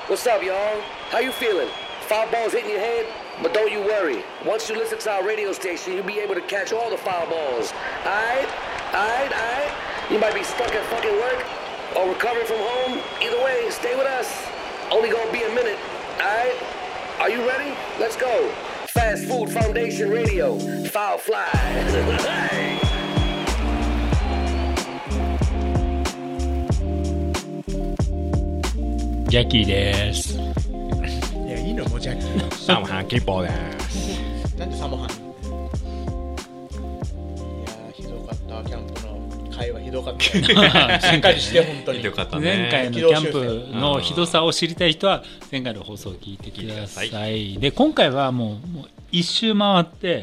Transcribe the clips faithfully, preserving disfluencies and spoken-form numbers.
What's up, y'all? How you feeling? Foul balls hitting your head? But don't you worry. Once you listen to our radio station, you'll be able to catch all the foul balls. Alright? Alright? Alright? You might be stuck at fucking work or recovering from home. Either way, stay with us. Only gonna be a minute. Alright? Are you ready? Let's go. Fast Food Foundation Radio. Foul Fly. Hey. ジャッキーです。 いや、いいのもうジャッキー。 サモハンキーポーです。 なんでサモハン？いやー、ひどかった。キャンプの会話ひどかった。しっかりして本当に。 ひどかったね。前回のキャンプのひどさを知りたい人は前回の放送を聞いてください。で、今回はもう、もう一周回って、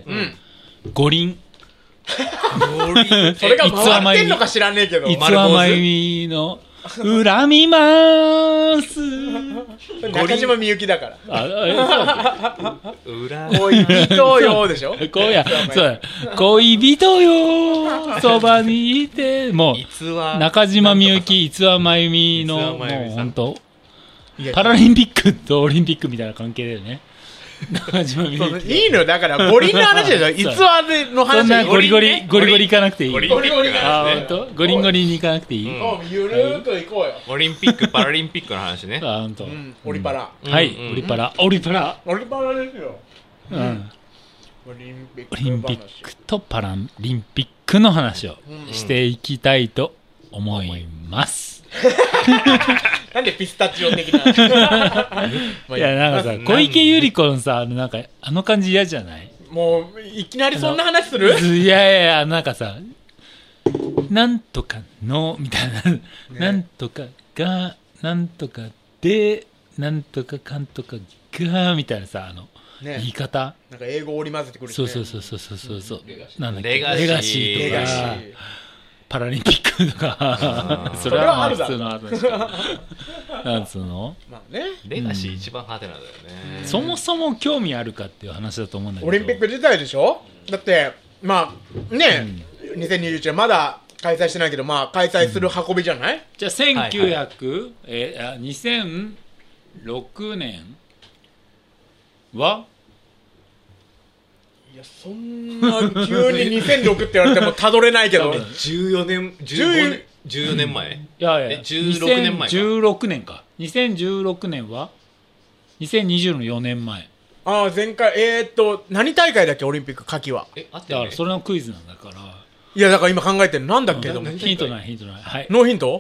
うん、五輪。 五輪。それが回ってんのか知らねえけど。 いつわまゆみの。恨みまーす。 中島みゆきだから。 あ、 そう。恋人よでしょ。 こうや、そう恋人よそばにいて、もう中島みゆき、いつわまゆみのもう本当パラリンピックとオリンピックみたいな関係だよね。中島みゆき。 いいのよ、だから五輪の話でしょ。いつわの話。 そんなゴリゴリゴリゴリ行かなくていい。 ゴリゴリゴリあ、本当。ゴリゴリに行かなくていい。 ゆるーく行こうよ。 オリンピックパラリンピックの話ね。 あ、本当。 オリパラ。 はい、オリパラ、オリパラ。 オリパラですよ。 うん。オリンピックとパラリンピックの話をしていきたいと思います。 なんでピスタチオ的な。 いや、なんかさ、小池百合子のさ、あのなんかあの感じ嫌じゃない？ もういきなりそんな話する？ いやいやいや、なんかさ、なんとかのみたいな、ね、なんとかがなんとかでなんとかかんとかがみたいなさ、あの、ね、言い方なんか英語織り交ぜてくるし、 ね、そうそうそうそうそうそう、うん、なんだっけ、 レガシー、 レガシーとかパラリンピックとかそれはまあ普通の話かなんつうの、 まあね、 レガシー一番ハテナだよね、 うん、そもそも興味あるかっていう話だと思うんだけど、 オリンピック自体でしょ。だってまあね、うん、にせんにじゅういちねんまだ開催してないけど、まあ開催する運びじゃない、うん、 じゃあせんきゅうひゃく、はいはい、えー、にせんろくねんはいや、そんな急ににせんろくって言われてもたどれないけどじゅうよねん、じゅうごねん、じゅうよねんまえ、 いやいや、 じゅうろくねんまえか、にせんじゅうろくねんか、にせんじゅうろくねんはにせんにじゅうのよねんまえ。 ああ、前回、えーっと何大会だっけ、オリンピック夏季は。 え、あったよね、だからそれのクイズなんだから。 いや、だから今考えてる、なんだっけ、でもヒントないヒントない、はい、 ノーヒント。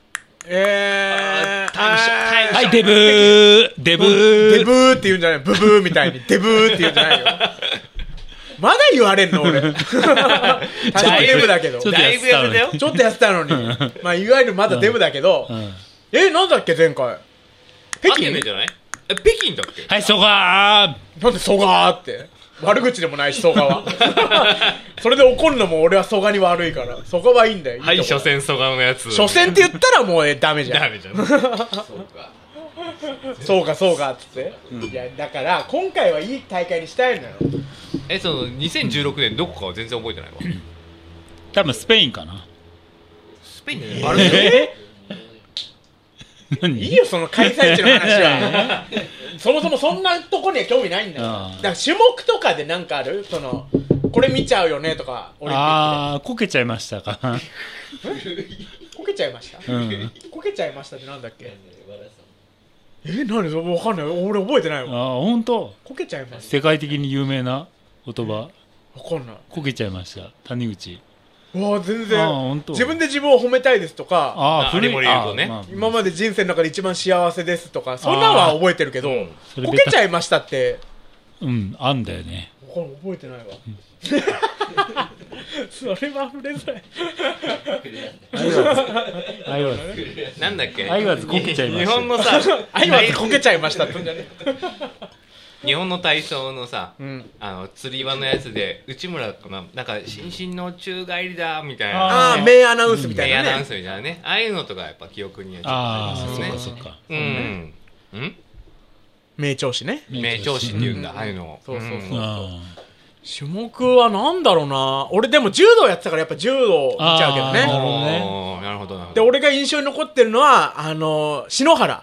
えー、 タイムショット、はい、デブーデブーデブーって言うんじゃない、ブブーみたいにデブーって言うんじゃないよまだ言われんの俺だいぶだけど、 だいぶやめたよ、 ちょっとやってたのにまあいわゆるまだデブだけど、うんうん、え、なんだっけ前回北京じゃない、え、北京だっけ、 はい、ソガー、なんでソガーって悪口でもないし、ソガはそれで怒るのも俺はソガに悪いから、そこはいいんだよ。 はい、初戦ソガのやつ、 初戦って言ったらもうダメじゃん、 ダメじゃんそうかそうかそうかっつって、うん、いやだから今回はいい大会にしたいのよ。 え、そのにせんじゅうろくねんどこかは全然覚えてないわ多分スペインかな。 スペインであれいいよその開催地の話はそもそもそんなとこには興味ないんだよ。だから種目とかでなんかある、そのこれ見ちゃうよねとか、オリンピックで。 ああ、こけちゃいましたかこけちゃいました、うん、こけちゃいましたってなんだっけ。え、何、わかんない、俺覚えてないわ。 ああ、ほんと。 こけちゃいました。 世界的に有名な言葉。わかんない。 こけちゃいました、谷口。 わあ、全然。 あ、本当。 自分で自分を褒めたいですとか、 ああ、 古い言うとね、 まあ、今まで人生の中で一番幸せですとか、そんなのは覚えてるけど、こけちゃいましたって、 うん、あんだよね。 覚えてないわ。それは触れづらい。 アイワズなんだっけ、 アイワズこけちゃいました。 日本のさ、 アイワズこけちゃいましたって日本の体操のさ、 うん、 あの釣り輪のやつで内村かな、なんか新進の宙返りだみたいな、 ああ、名アナウンスみたいなね、 名アナウンスみたいなね、ああいうのとかやっぱ記憶にはちょっとありますよね。 ああ、そうかそうか。 うん、うん、 名調子ね、 名調子っていうんだ、ああいうの。 そうそうそうそう。種目はなんだろうな、俺でも柔道やってたからやっぱ柔道見ちゃうけどね。 なるほどね。なるほどなるほど。 で、俺が印象に残ってるのはあの篠原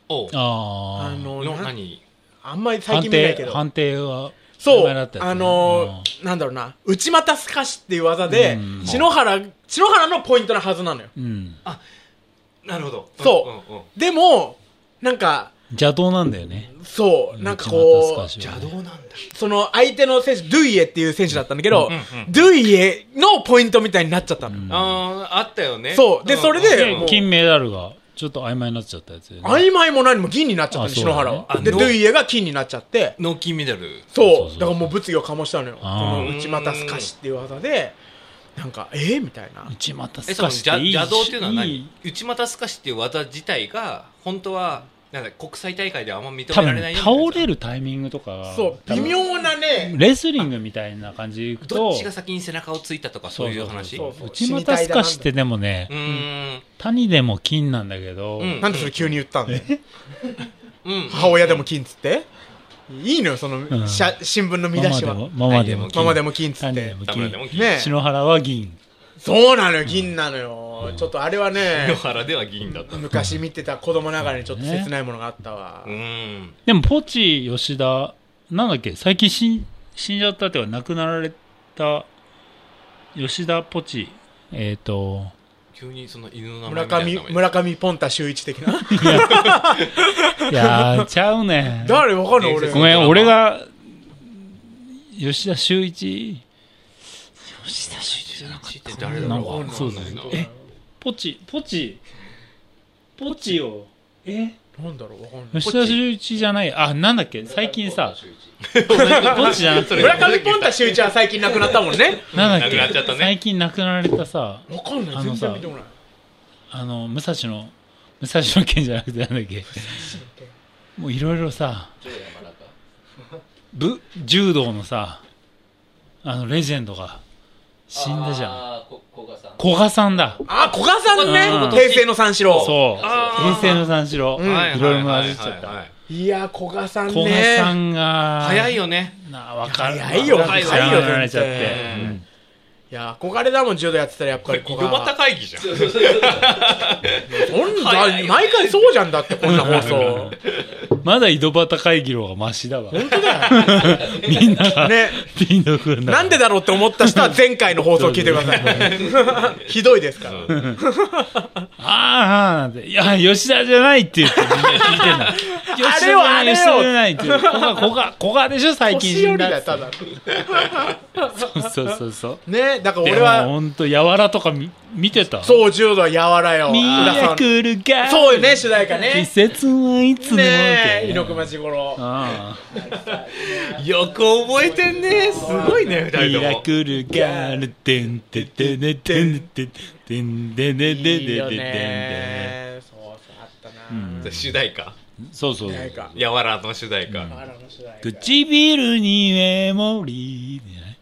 おうああののな何あんまり最判近見ないけど定判定はそう曖昧だったやつねあのーなんだろうな内股すかしっていう技で、 うん篠原篠原のポイントのはずなのよ。 うん、 なるほどそう、 んんんでもなんか邪道なんだよね。 そうなんかこう邪邪道なんだ。 その相手の選手ドゥイエっていう選手だったんだけど、 うんうんうんドゥイエのポイントみたいになっちゃったの、 うんあああったよね。 そうでそれででもう金メダルがちょっと曖昧になっちゃったやつよね。 曖昧も何も銀になっちゃったのあそうだね篠原はあのでドゥイエが金になっちゃっての金メダル。 そうそうそうそうだからもう物議を醸したのよこあーの内股すかしっていう技でなんかえー、みたいな内股すえそのかしていい邪邪道っていうのは何？ いい内股すかしっていう技自体が本当はなんだ国際大会ではあんま認多分められないよ倒みたいな。 れるタイミングとかがそう多分微妙なねレスリングみたいな感じでいくとどっちが先に背中をついたとかそういう話。 そうそう内股すかしってでもねうーん谷でも金なんだけど、 うんなんでそれ急に言ったんだようん母親でも金っつっていいのよその、 んしゃ新聞の見出しはママでもママでも金っつっ谷でても金田村でも金。 ね篠原は銀。 そうなのよ銀なのよ、ちょっとあれはね野原では銀だった。 昔見てた子供ながらにちょっと切ないものがあったわ、 うーん。 でもポチ吉田なんだっけ最近死ん死んじゃったっていうか亡くなられた吉田ポチえっ、ー、と急にその犬の名前村みたいな名前上村上ポンタ秀一的ないやーちゃうねん誰わかんない俺ごめん俺が吉田修一吉田修一じゃなかってった誰だなんろう。 かそうだねわかんないなえポチポチポチをえなんだろうわかんない吉田修一じゃないあなんだっけ最近さポチじゃなくて村上ポンタ秀一は最近亡くなったもんねなんだっけ亡くなっちゃったね最近亡くなられたさわかんない全然見てもないあの武蔵の武蔵野県じゃなくてなんだっけもういろいろさ武柔道のさあのレジェンドが死んだじゃん古賀さんだあ古賀さんねうん平成の三四郎そうあー平成の三四郎、 うんはいいろいろ混ぜちゃったはいはいはいいや古賀さんね古賀さんが早いよね。 なわかる早いよ早いよ早いよられちゃって、 全然うんいや憧れだもん柔道やってたらやっぱこれ井戸り古賀端会議じゃん。 そんな毎回そうじゃんだってこんな放送まだ井戸端会議の方がマシだわ本当だよみんながねピンとくるんだなんでだろうって思った人は前回の放送を聞いてくださいひどいですからあーあーなんていや吉田じゃないって言ってみんな聞いてんだ吉田じゃない吉田じゃないって言う古賀古賀古賀でしょ最近年寄り死んだだよただそうそうそうそうねだからでも俺は本当柔らとか見見てたそう柔道は柔らよミ浦さんラクルがそうよね主題歌季ね節はいつでもねえみたいな猪熊治五郎あよく覚えてんね。すごいねあミラ二人とも。 クルガールテンテテテテンテテンデデデデいいよデデデねそうそうあったな主題歌。 そうそう主題歌やわらの主題歌。 あらの主題歌唇にメモリーじゃない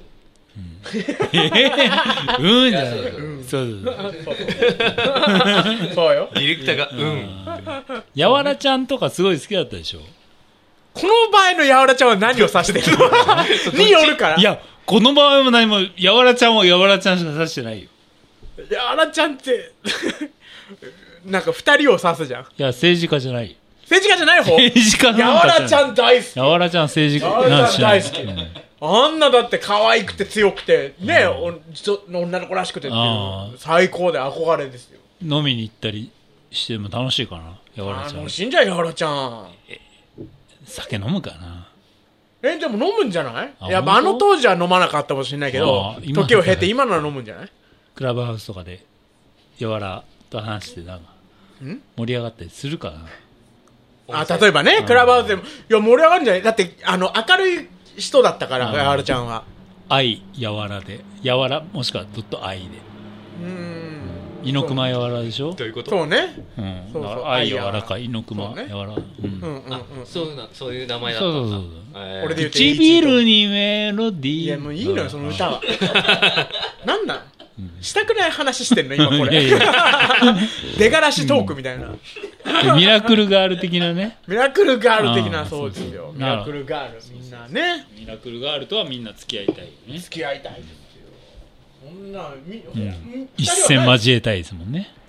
うんうんじゃないそうそうそうよディレクターがうん。 やわらちゃんとかすごい好きだったでしょこの場合のやわらちゃんは何を指してるのによるからいやこの場合も何もやわらちゃんもやわらちゃんしか指してないよやわらちゃんってなんか二人を指すじゃんいや政治家じゃないよ政治家じゃない方政治家なんかやわらちゃん大好きやわらちゃん政治家やわらちゃん大好きなんか知らないあんなだって可愛くて強くてね、おちょ女の子らしくてっていうあー最高で憧れですようん飲みに行ったりしても楽しいかなやわらちゃんあの死んじゃうやわらちゃん酒飲むかなえでも飲むんじゃないあやっぱあの当時は飲まなかったかもしれないけどあー今時を経て今なら飲むんじゃないクラブハウスとかでやわらと話してなんかん盛り上がったりするかなあ例えばねクラブハウスでもいや盛り上がるんじゃないだってあの明るい人だったからうんやわらちゃんは愛やわらでやわらもしくはドット愛でうーん猪熊やわらでしょどういうこと？ そうねうんそうそうだから愛やわらか猪熊そうねやわらうんうんうんうんあ、そういうなそういう名前だったんだ。 そうそうそうえー俺で言うと唇にメロディーいやもういいのよその歌はなんなんしたくない話してんの今これいやいや出がらしトークみたいなミラクルガール的なねミラクルガール的あーなそうですよそうそうミラクルガールみんなねミラクルガールとはみんな付き合いたいよね付き合いたいですよそんなみうん一戦交えたいですもんね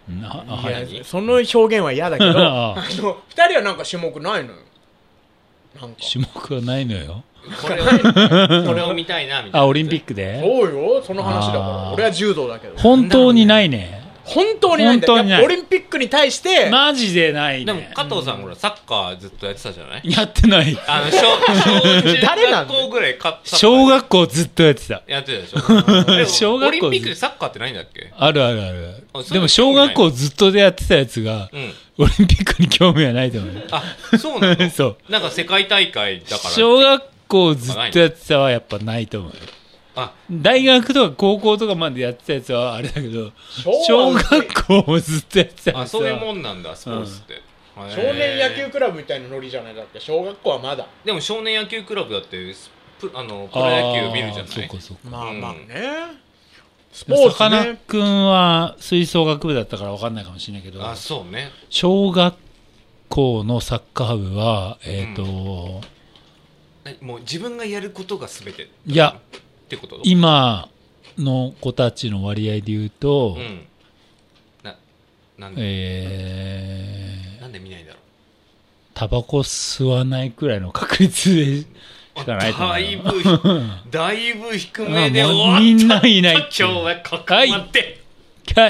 なあいやその表現は嫌だけどあのふたりはなんか種目ないのよ。なんか種目はないのよ。 これをこれを見たいなみたいな。 あ、オリンピックでそうよ、その話だから俺は柔道だけど本当にないね。 本当にないんだよ。 本当にない。 オリンピックに対してマジでないね。 でも加藤さんほらサッカーずっとやってたじゃない。 やってない。 あの小小中誰なんだ学校ぐらいか小学校ずっとやってた。 やってたでしょ。 小学校オリンピックでサッカーってないんだっけ。 あるあるある。 あでも小学校ずっとでやってたやつが、うん、オリンピックに興味はないと思う。 あ、そうなの。 そうなんか世界大会だから小学校ずっとやってたはやっぱないと思う。あ、大学とか高校とかまでやってたやつはあれだけど、小学校もずっとやってたやつは。 あ、そういうもんなんだスポーツって、 うん、少年野球クラブみたいなノリじゃない。だって小学校はまだ。 でも少年野球クラブだってあのプロ野球見るじゃない。そうかそうか。 まあまあね、うん、 スポーツね。さかなクンは吹奏楽部だったから分かんないかもしれないけど、 あ、そうね。 小学校のサッカー部はえっ、ー、と、 うん、もう自分がやることが全て。 いや。 ってこと。 今の子たちの割合で言うと、うん、 ななんで、えー、なんで見ないんだろう。 タバコ吸わないくらいの確率でしかないと思う。だいぶだいぶ低めで終わった。みんないない。 今日はここまで。 はい。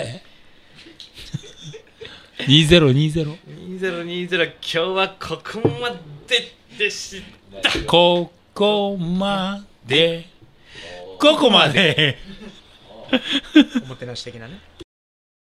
にせんにじゅう。 にせんにじゅう今日はここまででした。 ここまで。ここまでおもてなし的なね。